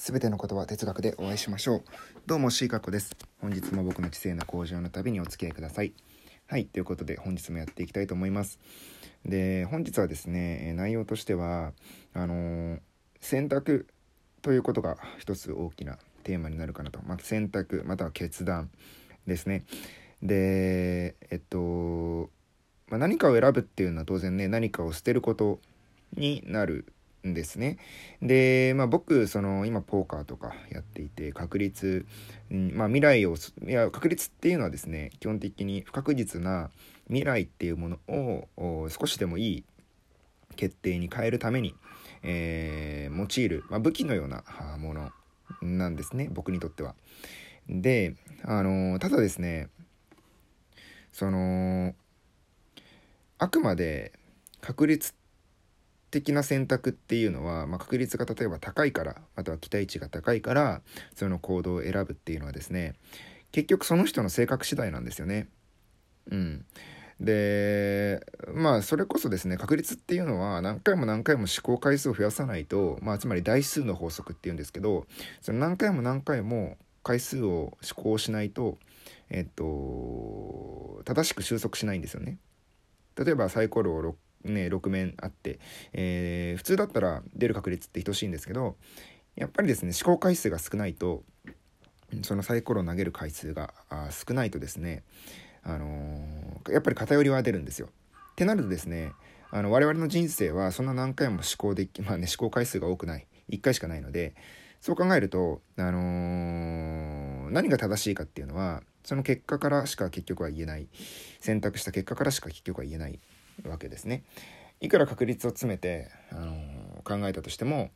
すべてのことは哲学でお会いしましょう。どうもシーカッコです。本日も僕の知性の向上の旅にお付き合いください。はい、ということで本日もやっていきたいと思います。で、本日はですね、内容としては選択ということが一つ大きなテーマになるかなと。選択または決断ですね。で、何かを選ぶっていうのは当然ね、何かを捨てることになるんですね。で、僕今ポーカーとかやっていて確率、未来を確率っていうのはですね、基本的に不確実な未来っていうものを少しでもいい決定に変えるために、用いる、武器のようなものなんですね、僕にとっては。で、ただですね、あくまで確率的な選択っていうのは、確率が例えば高いから、または期待値が高いからその行動を選ぶっていうのはですね、結局その人の性格次第なんですよね。で、それこそですね、確率っていうのは何回も何回も試行回数を増やさないと、つまり代数の法則っていうんですけど、その何回も何回も回数を試行しないと、正しく収束しないんですよね。例えばサイコロを6面あって、普通だったら出る確率って等しいんですけど、やっぱりですね、試行回数が少ないと、そのサイコロを投げる回数が少ないとですね、やっぱり偏りは出るんですよ。ってなるとですね、我々の人生はそんな何回も試行回数が多くない、1回しかないので、そう考えると、何が正しいかっていうのはその結果からしか結局は言えない、選択した結果からしか結局は言えないわけですね。いくら確率を詰めて、考えたとしても、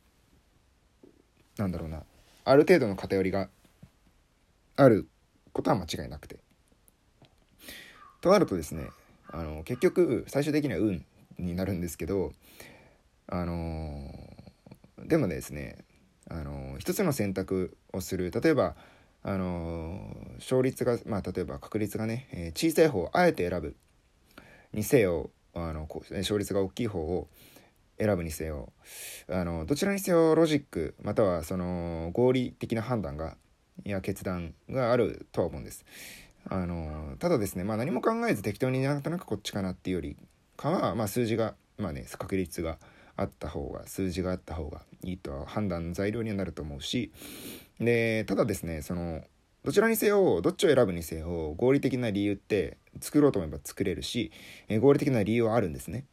ある程度の偏りがあることは間違いなくて、となるとですね、結局最終的には運になるんですけど、でもですね、一つの選択をする、例えば勝率が、例えば確率がね、小さい方をあえて選ぶにせよ、勝率が大きい方を選ぶにせよ、どちらにせよロジックまたはその合理的な判断や決断があるとは思うんです。ただですね、何も考えず適当になんとなくこっちかなっていうよりかは、数字が確率があった方が、数字があった方がいいとは判断の材料にはなると思うし、でただですね、どちらにせよ、どっちを選ぶにせよ合理的な理由って作ろうと思えば作れるし、合理的な理由はあるんですね。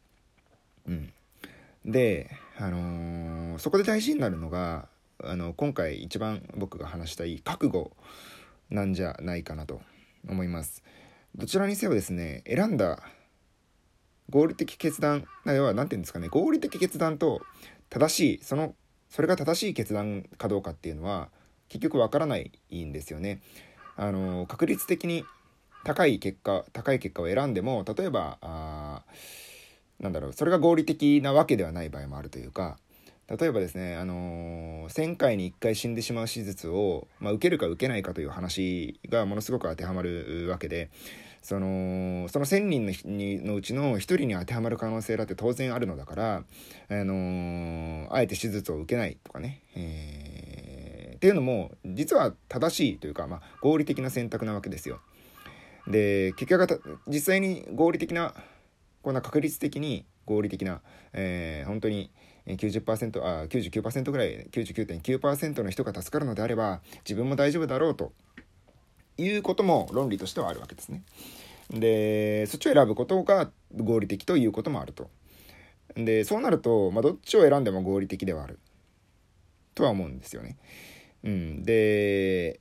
で、そこで大事になるのが、今回一番僕が話したい覚悟なんじゃないかなと思います。どちらにせよですね、選んだ合理的決断、要は何て言うんですかね、合理的決断と正しい、それが正しい決断かどうかっていうのは結局わからないんですよね。確率的に高い結果を選んでも、例えばそれが合理的なわけではない場合もあるというか、例えばですね、1000回に1回死んでしまう手術を、受けるか受けないかという話がものすごく当てはまるわけで、その1000人のうちの1人に当てはまる可能性だって当然あるのだから、あえて手術を受けないとかね、っていうのも実は正しいというか、合理的な選択なわけですよ。で、結果が実際に合理的な、こんな確率的に合理的な、本当に99% ぐらい 99.9% の人が助かるのであれば自分も大丈夫だろうということも論理としてはあるわけですね。で、そっちを選ぶことが合理的ということもあると。で、そうなると、どっちを選んでも合理的ではあるとは思うんですよね。で、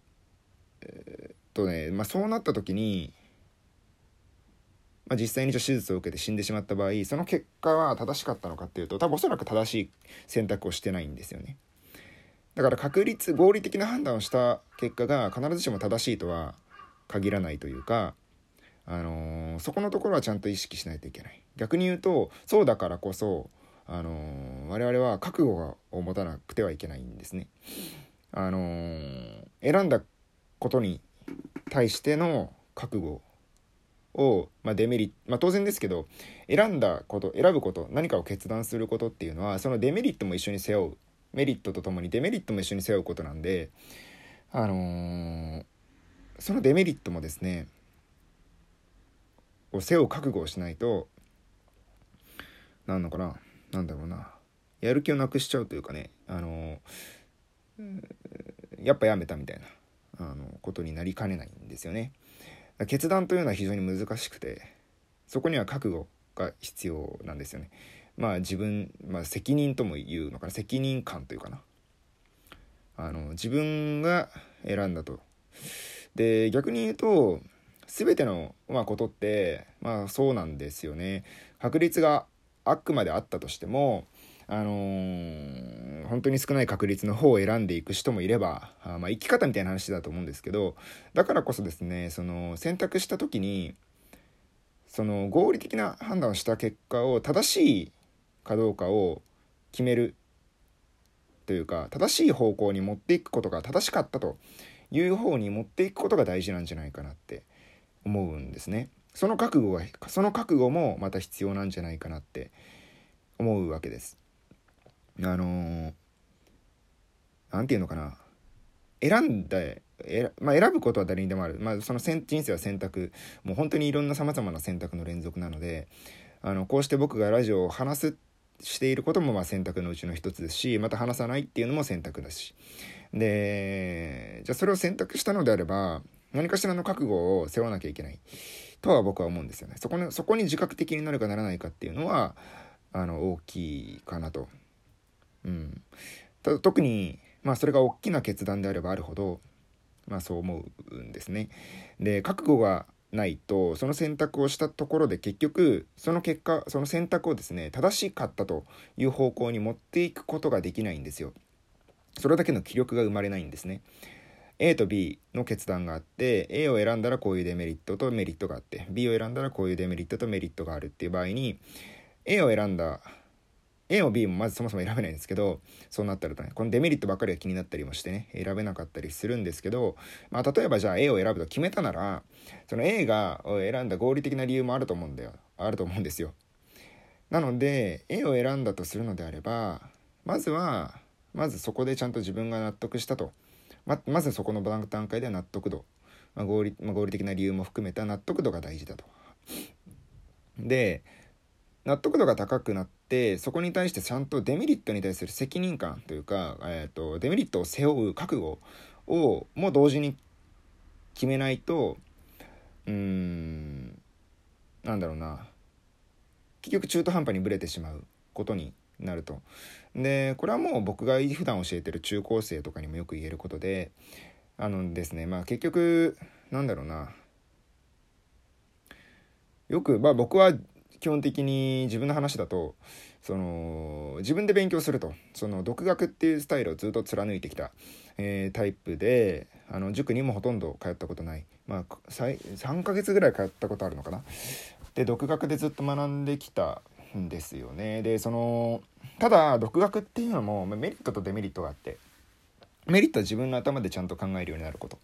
そうなった時に、実際に手術を受けて死んでしまった場合、その結果は正しかったのかっていうと、多分おそらく正しい選択をしてないんですよね。だから合理的な判断をした結果が必ずしも正しいとは限らないというか、そこのところはちゃんと意識しないといけない。逆に言うと、そうだからこそ、我々は覚悟を持たなくてはいけないんですね。選んだことに対しての覚悟を、デメリット、当然ですけど、選ぶこと、何かを決断することっていうのはそのデメリットも一緒に背負うメリットとともにデメリットも一緒に背負うことなんで、そのデメリットもですねを背負う覚悟をしないと、なんだろうな、やる気をなくしちゃうというかね、やっぱやめたみたいなことになりかねないんですよね。決断というのは非常に難しくて、そこには覚悟が必要なんですよね。責任とも言うのかな、責任感というかな、自分が選んだと。で逆に言うと全ての、ことって、そうなんですよね。確率があくまであったとしても、本当に少ない確率の方を選んでいく人もいれば、生き方みたいな話だと思うんですけど、だからこそですね、その選択した時にその合理的な判断をした結果を正しいかどうかを決めるというか、正しい方向に持っていくことが、正しかったという方に持っていくことが大事なんじゃないかなって思うんですね。その覚悟もまた必要なんじゃないかなって思うわけです。なんていうのかな、選ぶことは誰にでもある、その人生は選択、もう本当にいろんなさまざまな選択の連続なので、こうして僕がラジオをしていることも選択のうちの一つですし、また話さないっていうのも選択だし、でじゃあそれを選択したのであれば何かしらの覚悟を背負わなきゃいけないとは僕は思うんですよね。そこに自覚的になるかならないかっていうのは大きいかなと。特にそれが大きな決断であればあるほどそう思うんですね。で覚悟がないとその選択をしたところで結局その結果、その選択をですね正しかったという方向に持っていくことができないんですよ。それだけの気力が生まれないんですね。A と B の決断があって、 A を選んだらこういうデメリットとメリットがあって、 B を選んだらこういうデメリットとメリットがあるっていう場合に、 A を選んだ A も B もまずそもそも選べないんですけど、そうなったらね、このデメリットばっかりが気になったりもしてね、選べなかったりするんですけど、例えばじゃあ A を選ぶと決めたなら、その A が選んだ合理的な理由もあると思うんですよ。なので A を選んだとするのであれば、まずそこでちゃんと自分が納得したと、まずそこの段階では納得度、合理的な理由も含めた納得度が大事だと。で納得度が高くなって、そこに対してちゃんとデメリットに対する責任感というか、デメリットを背負う覚悟をも同時に決めないと、なんだろうな、結局中途半端にブレてしまうことになると。でこれはもう僕が普段教えてる中高生とかにもよく言えることで、ですね、結局なんだろうな、よく僕は基本的に自分の話だと、自分で勉強すると、独学っていうスタイルをずっと貫いてきた、タイプで、塾にもほとんど通ったことない、3ヶ月ぐらい通ったことあるのかな。で独学でずっと学んできたんですよね。でただ独学っていうのもメリットとデメリットがあって、メリットは自分の頭でちゃんと考えるようになること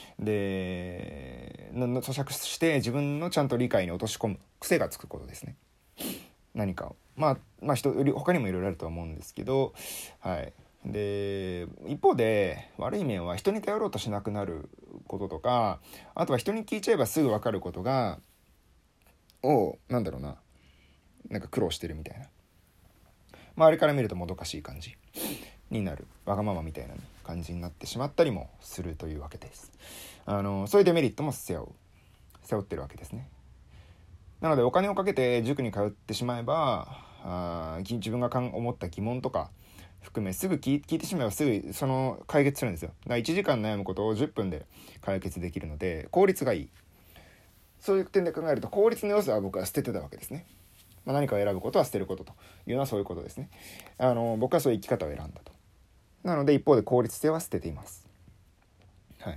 で、咀嚼して自分のちゃんと理解に落とし込む癖がつくことですね。何かを他にもいろいろあるとは思うんですけど、はい。で一方で悪い面は人に頼ろうとしなくなることとか、あとは人に聞いちゃえばすぐ分かることがなんか苦労してるみたいな、周りから見るともどかしい感じになる、わがままみたいな感じになってしまったりもするというわけです。そういうデメリットも背負ってるわけですね。なのでお金をかけて塾に通ってしまえば、自分が思った疑問とか含めすぐ聞いてしまえばすぐ解決するんですよ。だから1時間悩むことを10分で解決できるので効率がいい。そういう点で考えると効率の要素は僕は捨ててたわけですね。何かを選ぶことは捨てることというのはそういうことですね。僕はそういう生き方を選んだと。なので一方で効率性は捨てています。はい。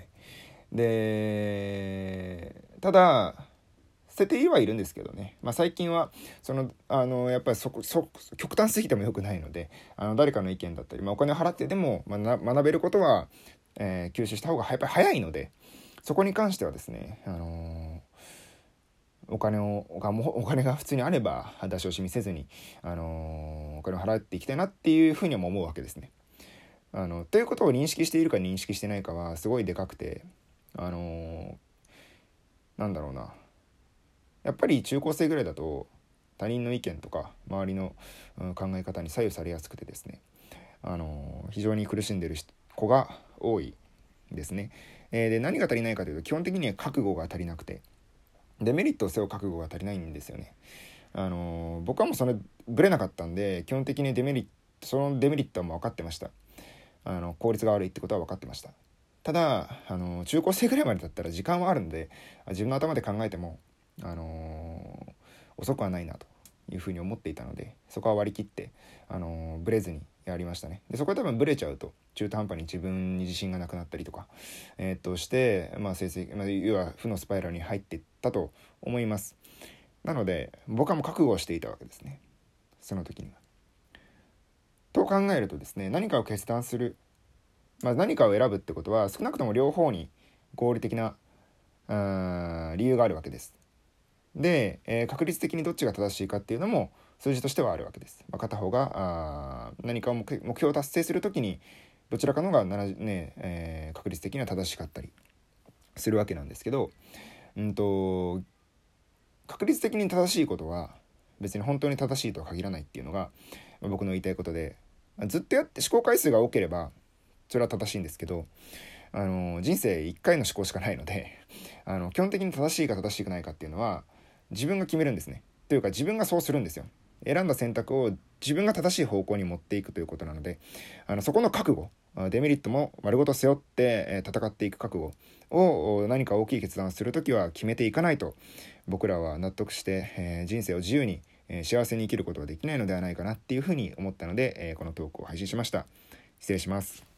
でただ捨ててはいるんですけどね、最近はやっぱり極端すぎても良くないので、誰かの意見だったり、お金を払ってでも学べることは、吸収した方がやっぱり早いので、そこに関してはですね、お金が普通にあれば出し惜しみせずに、お金を払っていきたいなっていうふうにも思うわけですね。 ということを認識しているか認識してないかはすごいでかくて、なんだろうな、やっぱり中高生ぐらいだと他人の意見とか周りの考え方に左右されやすくてですね、非常に苦しんでる子が多いですね。で、何が足りないかというと、基本的には覚悟が足りなくて、デメリットを背負う覚悟が足りないんですよね。僕はもうそれぶれなかったんで、基本的にそのデメリットはもう分かってました。効率が悪いってことは分かってました。ただ中高生ぐらいまでだったら時間はあるんで、自分の頭で考えても、遅くはないなというふうに思っていたので、そこは割り切って、ブレずにやりましたね。でそこで多分ブレちゃうと中途半端に自分に自信がなくなったりとか、して、成績、要は負のスパイラルに入っていったと思います。なので僕はもう覚悟をしていたわけですね、その時には。と考えるとですね、何かを決断する、何かを選ぶってことは少なくとも両方に合理的な理由があるわけです。で、確率的にどっちが正しいかっていうのも数字としてはあるわけです。片方が何かを目標を達成するときにどちらかのが確率的には正しかったりするわけなんですけど、確率的に正しいことは別に本当に正しいとは限らないっていうのが、僕の言いたいことで、ずっとやって思考回数が多ければそれは正しいんですけど、人生1回の思考しかないので、基本的に正しいか正しくないかっていうのは自分が決めるんですね。というか自分がそうするんですよ。選んだ選択を自分が正しい方向に持っていくということなので、そこの覚悟、デメリットも丸ごと背負って、戦っていく覚悟を何か大きい決断をするときは決めていかないと、僕らは納得して、人生を自由に、幸せに生きることができないのではないかなっていうふうに思ったので、このトークを配信しました。失礼します。